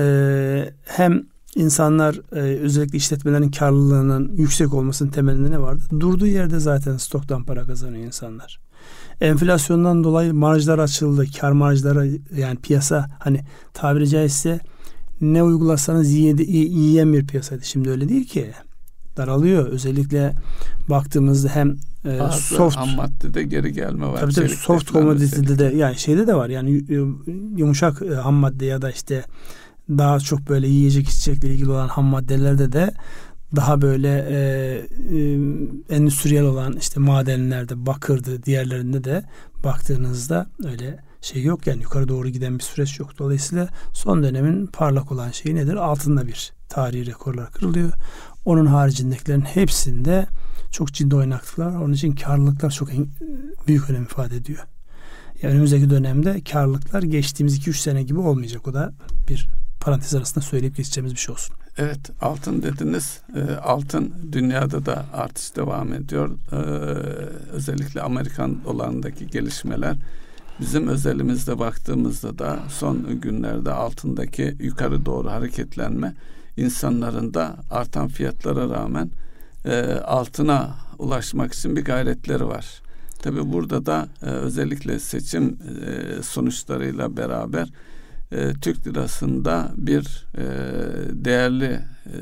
e, hem insanlar e, özellikle işletmelerin karlılığının yüksek olmasının temelinde ne vardı? Durduğu yerde zaten stoktan para kazanıyor insanlar. Enflasyondan dolayı marjlar açıldı. Kar marjları, yani piyasa hani tabiri caizse ne uygulasanız yiyen bir piyasaydı. Şimdi öyle değil ki. Daralıyor. Özellikle baktığımızda hem e, soft ham maddede geri gelme var. Tabii tabii soft commodity'de de, yani şeyde de var. Yani yumuşak e, ham madde ya da işte daha çok böyle yiyecek içecekle ilgili olan ham maddelerde de daha böyle e, e, endüstriyel olan işte madenlerde, bakırdı, diğerlerinde de baktığınızda öyle şey yok, yani yukarı doğru giden bir süreç yok. Dolayısıyla son dönemin parlak olan şeyi nedir? Altında bir tarihi rekorlar kırılıyor. Onun haricindekilerin hepsinde çok ciddi oynaklıklar var. Onun için karlılıklar çok büyük önem ifade ediyor. Yani önümüzdeki dönemde karlılıklar geçtiğimiz iki üç sene gibi olmayacak. O da bir parantez arasında söyleyip geçeceğimiz bir şey olsun. Evet, altın dediniz. E, altın dünyada da artış devam ediyor. E, özellikle Amerikan dolarındaki gelişmeler. Bizim özelimizde baktığımızda da son günlerde altındaki yukarı doğru hareketlenme, insanların da artan fiyatlara rağmen e, altına ulaşmak için bir gayretleri var. Tabii burada da e, özellikle seçim e, sonuçlarıyla beraber e, Türk lirasında bir e, değerli e,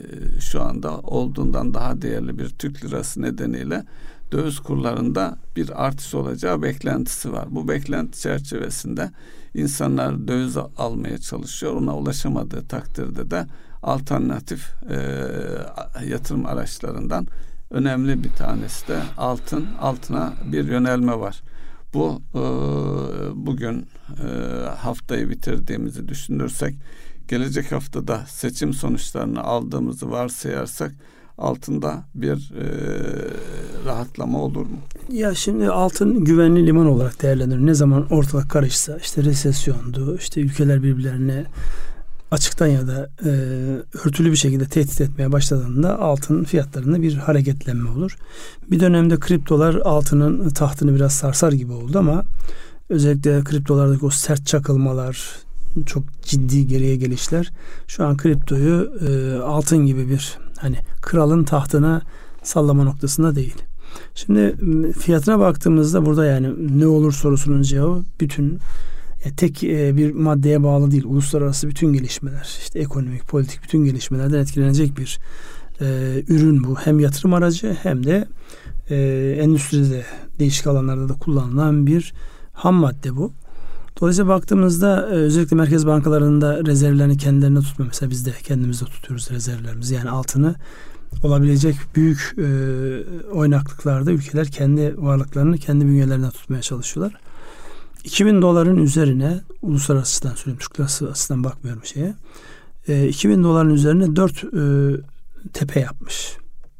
şu anda olduğundan daha değerli bir Türk lirası nedeniyle döviz kurlarında bir artış olacağı beklentisi var. Bu beklenti çerçevesinde insanlar döviz almaya çalışıyor. Ona ulaşamadığı takdirde de alternatif e, yatırım araçlarından önemli bir tanesi de altın. Altına bir yönelme var. Bu e, bugün e, haftayı bitirdiğimizi düşünürsek, gelecek haftada seçim sonuçlarını aldığımızı varsayarsak altında bir e, rahatlama olur mu? Ya şimdi altın güvenli liman olarak değerlendirilir. Ne zaman ortalık karışsa, işte resesyondu, işte ülkeler birbirlerine açıktan ya da e, örtülü bir şekilde tehdit etmeye başladığında altın fiyatlarında bir hareketlenme olur. Bir dönemde kriptolar altının tahtını biraz sarsar gibi oldu ama özellikle kriptolardaki o sert çakılmalar, çok ciddi geriye gelişler şu an kriptoyu e, altın gibi bir hani kralın tahtına sallama noktasında değil. Şimdi fiyatına baktığımızda burada yani ne olur sorusunun cevabı bütün e, tek e, bir maddeye bağlı değil. Uluslararası bütün gelişmeler, işte ekonomik, politik bütün gelişmelerden etkilenecek bir e, ürün bu. Hem yatırım aracı hem de e, endüstride değişik alanlarda da kullanılan bir ham madde bu. Dolayısıyla baktığımızda özellikle merkez bankalarında rezervlerini kendilerine tutma. Mesela biz de kendimizde tutuyoruz rezervlerimizi. Yani altını olabilecek büyük e, oynaklıklarda ülkeler kendi varlıklarını kendi bünyelerine tutmaya çalışıyorlar. iki bin doların üzerine, uluslararası açıdan söyleyeyim, Türk lirası açısından bakmıyorum şeye. E, iki bin doların üzerine dört e, tepe yapmış.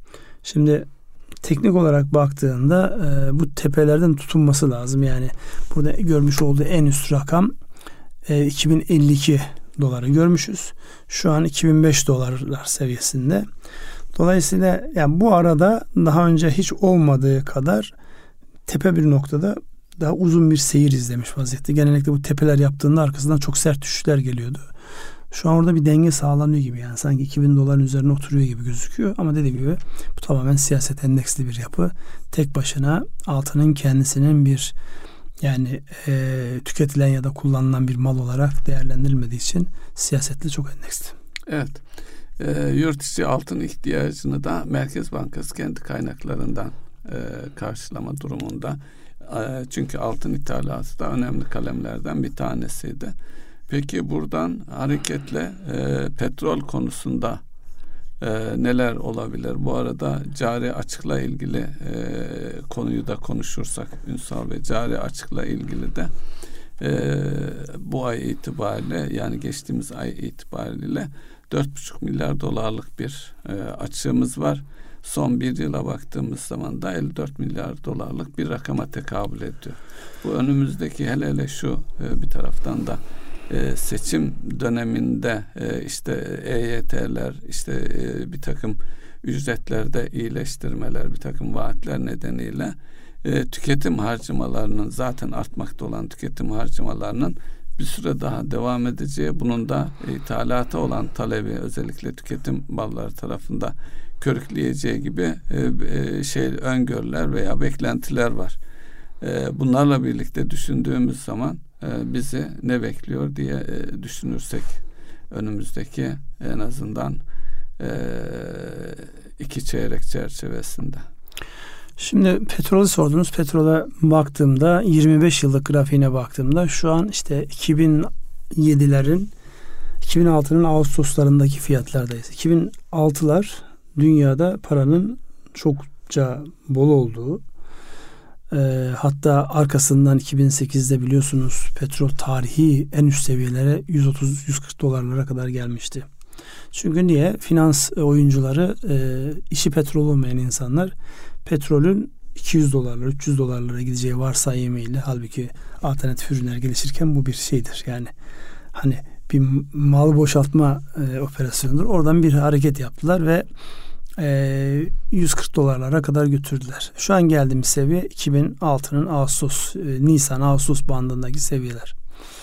Şimdi teknik olarak baktığında e, bu tepelerden tutunması lazım. Yani burada görmüş olduğu en üst rakam e, iki bin elli iki doları görmüşüz. Şu an iki bin beş dolarlar seviyesinde. Dolayısıyla yani bu arada daha önce hiç olmadığı kadar tepe bir noktada daha uzun bir seyir izlemiş vaziyette. Genellikle bu tepeler yaptığında arkasından çok sert düşüşler geliyordu. Şu an orada bir denge sağlanıyor gibi, yani sanki iki bin doların üzerine oturuyor gibi gözüküyor. Ama dediğim gibi bu tamamen siyaset endeksli bir yapı. Tek başına altının kendisinin bir yani e, tüketilen ya da kullanılan bir mal olarak değerlendirilmediği için siyasetle çok endeksli. Evet. E, yurt içi altın ihtiyacını da Merkez Bankası kendi kaynaklarından e, karşılama durumunda. E, çünkü altın ithalatı da önemli kalemlerden bir tanesiydi. Peki buradan hareketle e, petrol konusunda e, neler olabilir? Bu arada cari açıkla ilgili e, konuyu da konuşursak Ünsal Bey, cari açıkla ilgili de e, bu ay itibariyle, yani geçtiğimiz ay itibariyle dört buçuk milyar dolarlık bir e, açığımız var. Son bir yıla baktığımız zaman da elli dört milyar dolarlık bir rakama tekabül ediyor. Bu önümüzdeki hele hele şu e, bir taraftan da e, seçim döneminde e, işte E Y T'ler, işte e, bir takım ücretlerde iyileştirmeler, bir takım vaatler nedeniyle e, tüketim harcamalarının, zaten artmakta olan tüketim harcamalarının bir süre daha devam edeceği, bunun da ithalata olan talebi özellikle tüketim malları tarafında körükleyeceği gibi e, şey öngörüler veya beklentiler var. E, bunlarla birlikte düşündüğümüz zaman e, bizi ne bekliyor diye e, düşünürsek önümüzdeki en azından e, iki çeyrek çerçevesinde. Şimdi petrolü sordunuz. Petrola baktığımda yirmi beş yıllık grafiğine baktığımda şu an işte iki bin yedilerin iki bin altının Ağustoslarındaki fiyatlardayız. iki bin altılar dünyada paranın çokça bol olduğu, e, hatta arkasından iki bin sekizde biliyorsunuz petrol tarihi en üst seviyelere yüz otuz yüz kırk dolarlara kadar gelmişti. Çünkü niye? Finans oyuncuları, e, işi petrol olmayan insanlar petrolün iki yüz dolarlara, üç yüz dolarlara gideceği varsayımıyla, halbuki alternatif ürünler gelişirken bu bir şeydir. Yani hani bir mal boşaltma e, operasyonudur. Oradan bir hareket yaptılar ve e, yüz kırk dolarlara kadar götürdüler. Şu an geldiğimiz seviye iki bin altının Ağustos, e, Nisan, Ağustos bandındaki seviyeler.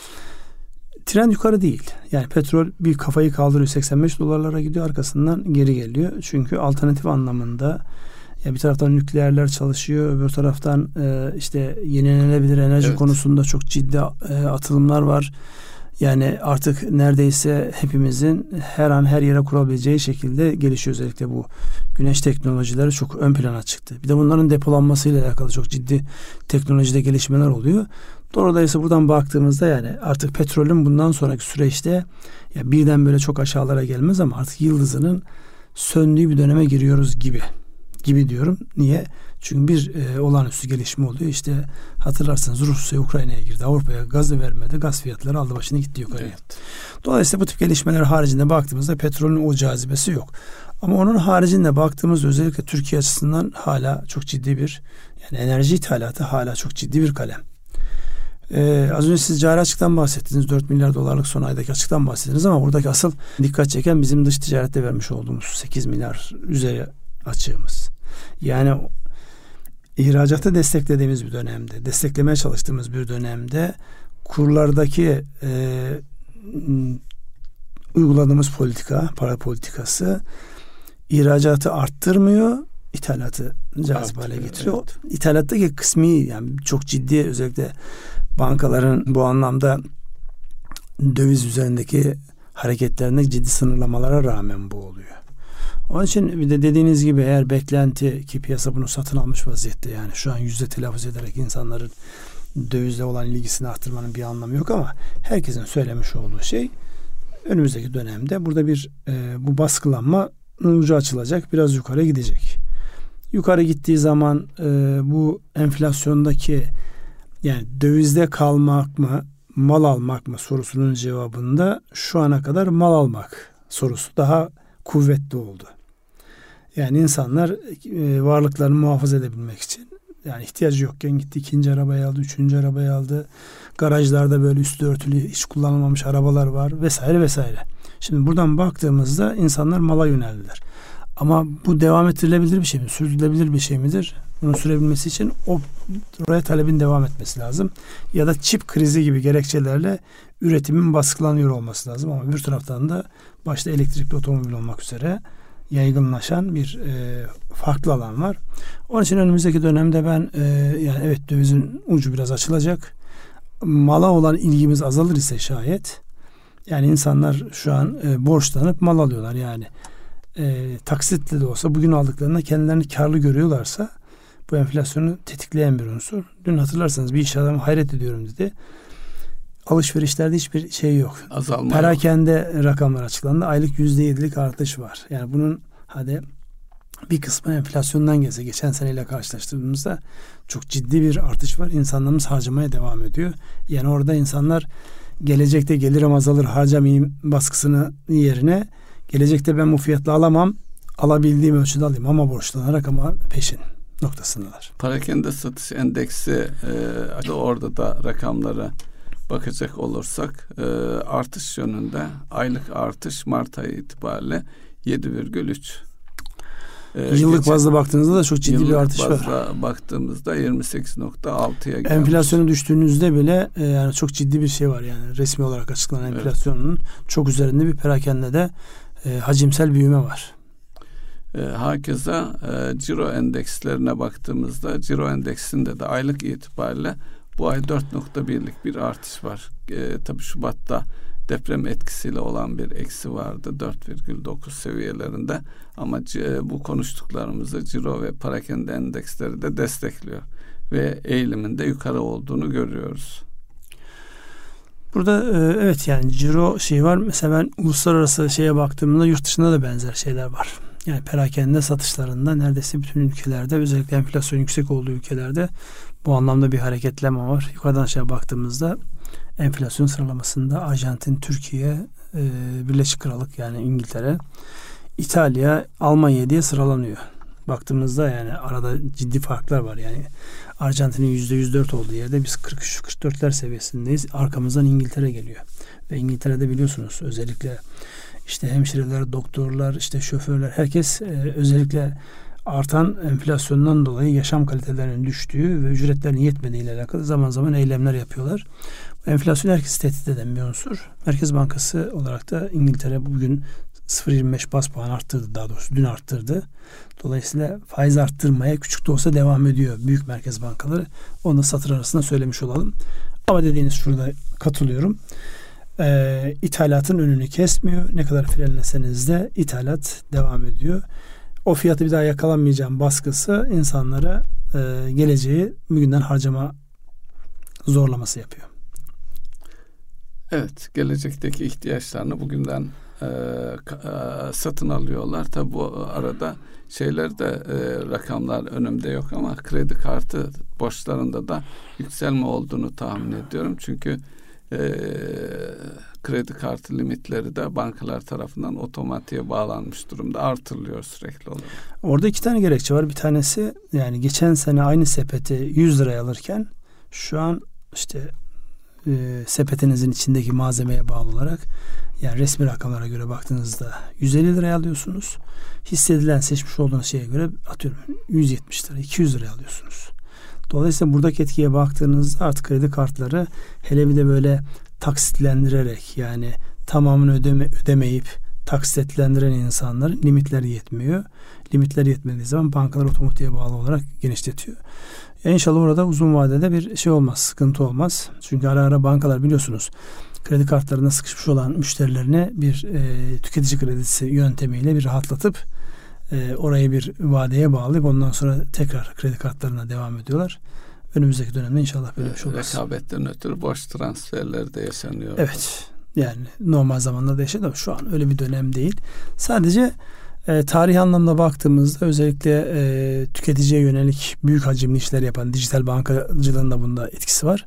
Trend yukarı değil. Yani petrol bir kafayı kaldırıyor, seksen beş dolarlara gidiyor, arkasından geri geliyor. Çünkü alternatif anlamında ya bir taraftan nükleerler çalışıyor, öbür taraftan e, işte yenilenebilir enerji evet. konusunda çok ciddi e, atılımlar var. Yani artık neredeyse hepimizin her an her yere kurabileceği şekilde gelişiyor. Özellikle bu güneş teknolojileri çok ön plana çıktı. Bir de bunların depolanmasıyla alakalı çok ciddi teknolojide gelişmeler oluyor. Dolayısıyla buradan baktığımızda yani artık petrolün bundan sonraki süreçte ya birden böyle çok aşağılara gelmez ama artık yıldızının söndüğü bir döneme giriyoruz gibi. Gibi diyorum. Niye? Çünkü bir e, olağanüstü gelişme oluyor. İşte hatırlarsanız Rusya Ukrayna'ya girdi. Avrupa'ya gazı vermedi. Gaz fiyatları aldı başını gitti yukarıya. Evet. Dolayısıyla bu tip gelişmeler haricinde baktığımızda petrolün o cazibesi yok. Ama onun haricinde baktığımızda özellikle Türkiye açısından hala çok ciddi bir, yani enerji ithalatı hala çok ciddi bir kalem. Ee, az önce siz cari açıktan bahsettiniz. dört milyar dolarlık son aydaki açıktan bahsettiniz ama buradaki asıl dikkat çeken bizim dış ticarette vermiş olduğumuz sekiz milyar üzeri açığımız. Yani ihracatı desteklediğimiz bir dönemde, desteklemeye çalıştığımız bir dönemde kurlardaki e, uyguladığımız politika, para politikası ihracatı arttırmıyor, ithalatı cazip hale getiriyor. Evet. İthalattaki kısmi, yani çok ciddi, özellikle bankaların bu anlamda döviz üzerindeki hareketlerinde ciddi sınırlamalara rağmen bu oluyor. Onun için bir de dediğiniz gibi eğer beklenti, ki piyasa bunu satın almış vaziyette, yani şu an yüzde telaffuz ederek insanların dövizle olan ilgisini arttırmanın bir anlamı yok ama herkesin söylemiş olduğu şey önümüzdeki dönemde burada bir e, bu baskılanma ucu açılacak, biraz yukarı gidecek. Yukarı gittiği zaman e, bu enflasyondaki, yani dövizde kalmak mı mal almak mı sorusunun cevabında şu ana kadar mal almak sorusu daha kuvvetli oldu. Yani insanlar e, varlıklarını muhafaza edebilmek için, yani ihtiyacı yokken gitti ikinci arabayı aldı, üçüncü arabayı aldı. Garajlarda böyle üstü örtülü hiç kullanılmamış arabalar var vesaire vesaire. Şimdi buradan baktığımızda insanlar mala yöneldiler. Ama bu devam ettirilebilir bir şey mi? Sürdürülebilir bir şey midir? Bunu sürebilmesi için o oraya talebin devam etmesi lazım. Ya da çip krizi gibi gerekçelerle üretimin baskılanıyor olması lazım. Ama bir taraftan da başta elektrikli otomobil olmak üzere yaygınlaşan bir e, farklı alan var. Onun için önümüzdeki dönemde ben e, yani evet dövizin ucu biraz açılacak. Mala olan ilgimiz azalır ise şayet, yani insanlar şu an e, borçlanıp mal alıyorlar, yani e, taksitle de olsa bugün aldıklarında kendilerini karlı görüyorlarsa bu enflasyonu tetikleyen bir unsur. Dün hatırlarsanız bir iş adamı hayret ediyorum dedi. Alışverişlerde hiçbir şey yok. Azalma Perakende yok. Rakamlar açıklandı. Aylık yüzde yedilik artış var. Yani bunun hadi bir kısmı enflasyondan gelse, geçen seneyle karşılaştırdığımızda çok ciddi bir artış var. İnsanlarımız harcamaya devam ediyor. Yani orada insanlar gelecekte gelirim azalır, harcamayayım baskısını yerine Gelecekte ben bu fiyatla alamam. Alabildiğim ölçüde alayım ama borçlanarak ama peşin noktasındalar. Perakende satış endeksi e, orada da rakamlara bakacak olursak e, artış yönünde aylık artış Mart ayı itibariyle yedi virgül üç. E, yıllık geçen, bazda baktığınızda da çok ciddi bir artış var. Yıllık bazda baktığımızda yirmi sekiz nokta altıya gelmiş. Enflasyonu düştüğünüzde bile e, yani çok ciddi bir şey var yani resmi olarak açıklanan enflasyonun evet. çok üzerinde bir perakende e, hacimsel büyüme var. E, hakeza e, ciro endekslerine baktığımızda ciro endeksinde de aylık itibariyle bu ay dört nokta birlik bir artış var. E, tabii Şubat'ta deprem etkisiyle olan bir eksi vardı dört virgül dokuz seviyelerinde ama e, bu konuştuklarımızı ciro ve perakende endeksleri de destekliyor ve eğiliminde yukarı olduğunu görüyoruz. Burada e, evet yani ciro şey var. Mesela ben uluslararası şeye baktığımda yurt dışında da benzer şeyler var. Yani perakende satışlarında neredeyse bütün ülkelerde özellikle enflasyon yüksek olduğu ülkelerde bu anlamda bir hareketleme var. Yukarıdan aşağı baktığımızda enflasyon sıralamasında Arjantin, Türkiye, e, Birleşik Krallık yani İngiltere, İtalya, Almanya diye sıralanıyor. Baktığımızda yani arada ciddi farklar var. Yani Arjantin'in yüzde yüz dört olduğu yerde biz kırk üç kırk dörtler seviyesindeyiz. Arkamızdan İngiltere geliyor. Ve İngiltere'de biliyorsunuz özellikle işte hemşireler, doktorlar, işte şoförler herkes e, özellikle artan enflasyondan dolayı yaşam kalitelerinin düştüğü ve ücretlerin yetmediği ile alakalı zaman zaman eylemler yapıyorlar. Enflasyon herkesi tehdit eden bir unsur. Merkez Bankası olarak da İngiltere bugün sıfır virgül yirmi beş bas puan arttırdı, daha doğrusu dün arttırdı. Dolayısıyla faiz arttırmaya küçük de olsa devam ediyor büyük merkez bankaları. Onu da satır arasında söylemiş olalım. Ama dediğiniz şurada katılıyorum. Ee, ithalatın önünü kesmiyor. Ne kadar frenleseniz de ithalat devam ediyor. O fiyatı bir daha yakalamayacağım baskısı insanlara e, geleceği bugünden harcama zorlaması yapıyor. Evet, gelecekteki ihtiyaçlarını bugünden e, e, satın alıyorlar. Tabi bu arada şeyler de e, rakamlar önümde yok ama kredi kartı borçlarında da yükselme olduğunu tahmin ediyorum. Çünkü e, kredi kartı limitleri de bankalar tarafından otomatiğe bağlanmış durumda, artırılıyor sürekli olarak. Orada iki tane gerekçe var. Bir tanesi yani geçen sene aynı sepeti yüz liraya alırken şu an işte e, sepetinizin içindeki malzemeye bağlı olarak yani resmi rakamlara göre baktığınızda yüz elli liraya alıyorsunuz. Hissedilen seçmiş olduğunuz şeye göre atıyorum yüz yetmiş lira, iki yüz liraya alıyorsunuz. Dolayısıyla buradaki etkiye baktığınızda artık kredi kartları hele bir de böyle taksitlendirerek yani tamamını ödeme, ödemeyip taksitlendiren insanların limitleri yetmiyor. Limitler yetmediği zaman bankalar otomatiğe bağlı olarak genişletiyor. Yani İnşallah orada uzun vadede bir şey olmaz, sıkıntı olmaz. Çünkü ara ara bankalar biliyorsunuz kredi kartlarına sıkışmış olan müşterilerine bir e, tüketici kredisi yöntemiyle bir rahatlatıp e, orayı bir vadeye bağlayıp ondan sonra tekrar kredi kartlarına devam ediyorlar. Önümüzdeki dönemde inşallah böyle bir şey olmaz. Rekabetten ötürü borç transferleri de yaşanıyor. Evet. Yani normal zamanlarda yaşadı ama şu an öyle bir dönem değil. Sadece e, tarih anlamda baktığımızda özellikle e, tüketiciye yönelik büyük hacimli işler yapan dijital bankacılığın da bunda etkisi var.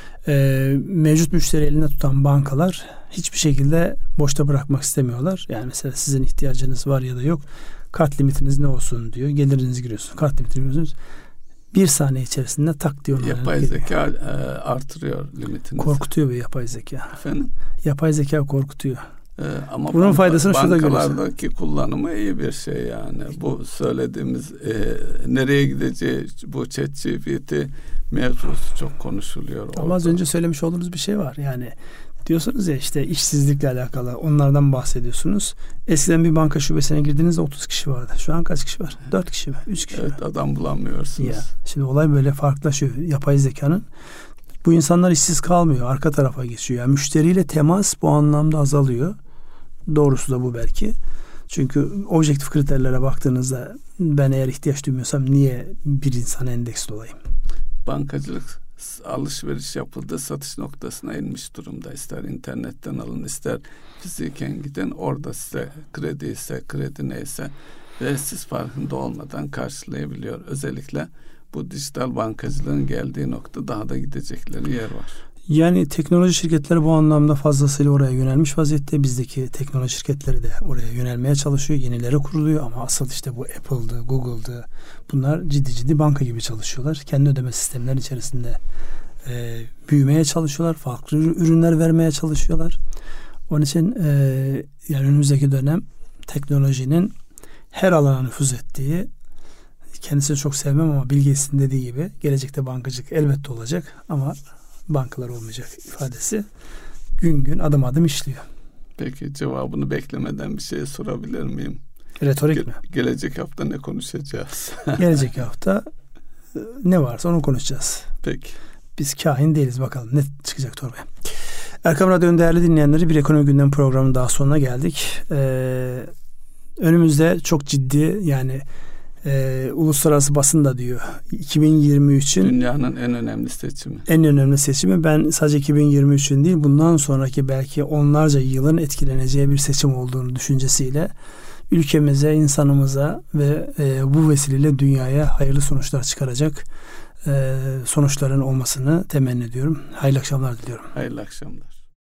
E, mevcut müşteri elinde tutan bankalar hiçbir şekilde boşta bırakmak istemiyorlar. Yani mesela sizin ihtiyacınız var ya da yok. Kart limitiniz ne olsun diyor. Gelirinizi giriyorsunuz. Kart limitini giriyorsunuz. Bir saniye içerisinde tak diyor. Yapay zeka e, artırıyor limitinizi. Korkutuyor bir yapay zeka. Efendim? Yapay zeka korkutuyor. Ee, ama bunun banka, faydasını şurada görüyoruz. Bankalardaki kullanımı iyi bir şey yani. Bu söylediğimiz e, nereye gideceği bu ChatGPT mevzusu çok konuşuluyor. Ama az önce söylemiş olduğunuz bir şey var. Yani diyorsunuz ya işte işsizlikle alakalı onlardan bahsediyorsunuz. Eskiden bir banka şubesine girdiğinizde otuz kişi vardı. Şu an kaç kişi var? dört kişi mi? üç kişi evet, mi? Adam bulamıyorsunuz. Ya, şimdi olay böyle farklılaşıyor. Yapay zekanın. Bu insanlar işsiz kalmıyor. Arka tarafa geçiyor. Yani müşteriyle temas bu anlamda azalıyor. Doğrusu da bu belki. Çünkü objektif kriterlere baktığınızda ben eğer ihtiyaç duymuyorsam niye bir insana endeksli olayım? Bankacılık alışveriş yapıldı, satış noktasına inmiş durumda. İster internetten alın, ister fiziken gidin. Orada size kredi ise, kredi neyse ve siz farkında olmadan karşılayabiliyor. Özellikle bu dijital bankacılığın geldiği nokta daha da gidecekleri yer var. Yani teknoloji şirketleri bu anlamda fazlasıyla oraya yönelmiş vaziyette. Bizdeki teknoloji şirketleri de oraya yönelmeye çalışıyor. Yenileri kuruluyor ama asıl işte bu Apple'dı, Google'dı. Bunlar ciddi ciddi banka gibi çalışıyorlar. Kendi ödeme sistemleri içerisinde e, büyümeye çalışıyorlar. Farklı ürünler vermeye çalışıyorlar. Onun için e, yani önümüzdeki dönem teknolojinin her alana nüfuz ettiği, kendisini çok sevmem ama Bill Gates'in dediği gibi gelecekte bankacılık elbette olacak ama bankalar olmayacak ifadesi gün gün adım adım işliyor. Peki cevabını beklemeden bir şey sorabilir miyim? Retorik Ge- mi? Gelecek hafta ne konuşacağız? Gelecek hafta ne varsa onu konuşacağız. Peki. Biz kahin değiliz, bakalım ne çıkacak torbaya. Erkam Radyo'nun değerli dinleyenleri, bir ekonomi gündem programının daha sonuna geldik. Ee, önümüzde çok ciddi, yani e, uluslararası basın da diyor iki bin yirmi üçün dünyanın en önemli seçimi. En önemli seçimi. Ben sadece iki bin yirmi üçün değil, bundan sonraki belki onlarca yılın etkileneceği bir seçim olduğunu düşüncesiyle ülkemize, insanımıza ve e, bu vesileyle dünyaya hayırlı sonuçlar çıkaracak e, sonuçların olmasını temenni ediyorum. Hayırlı akşamlar diliyorum. Hayırlı akşamlar.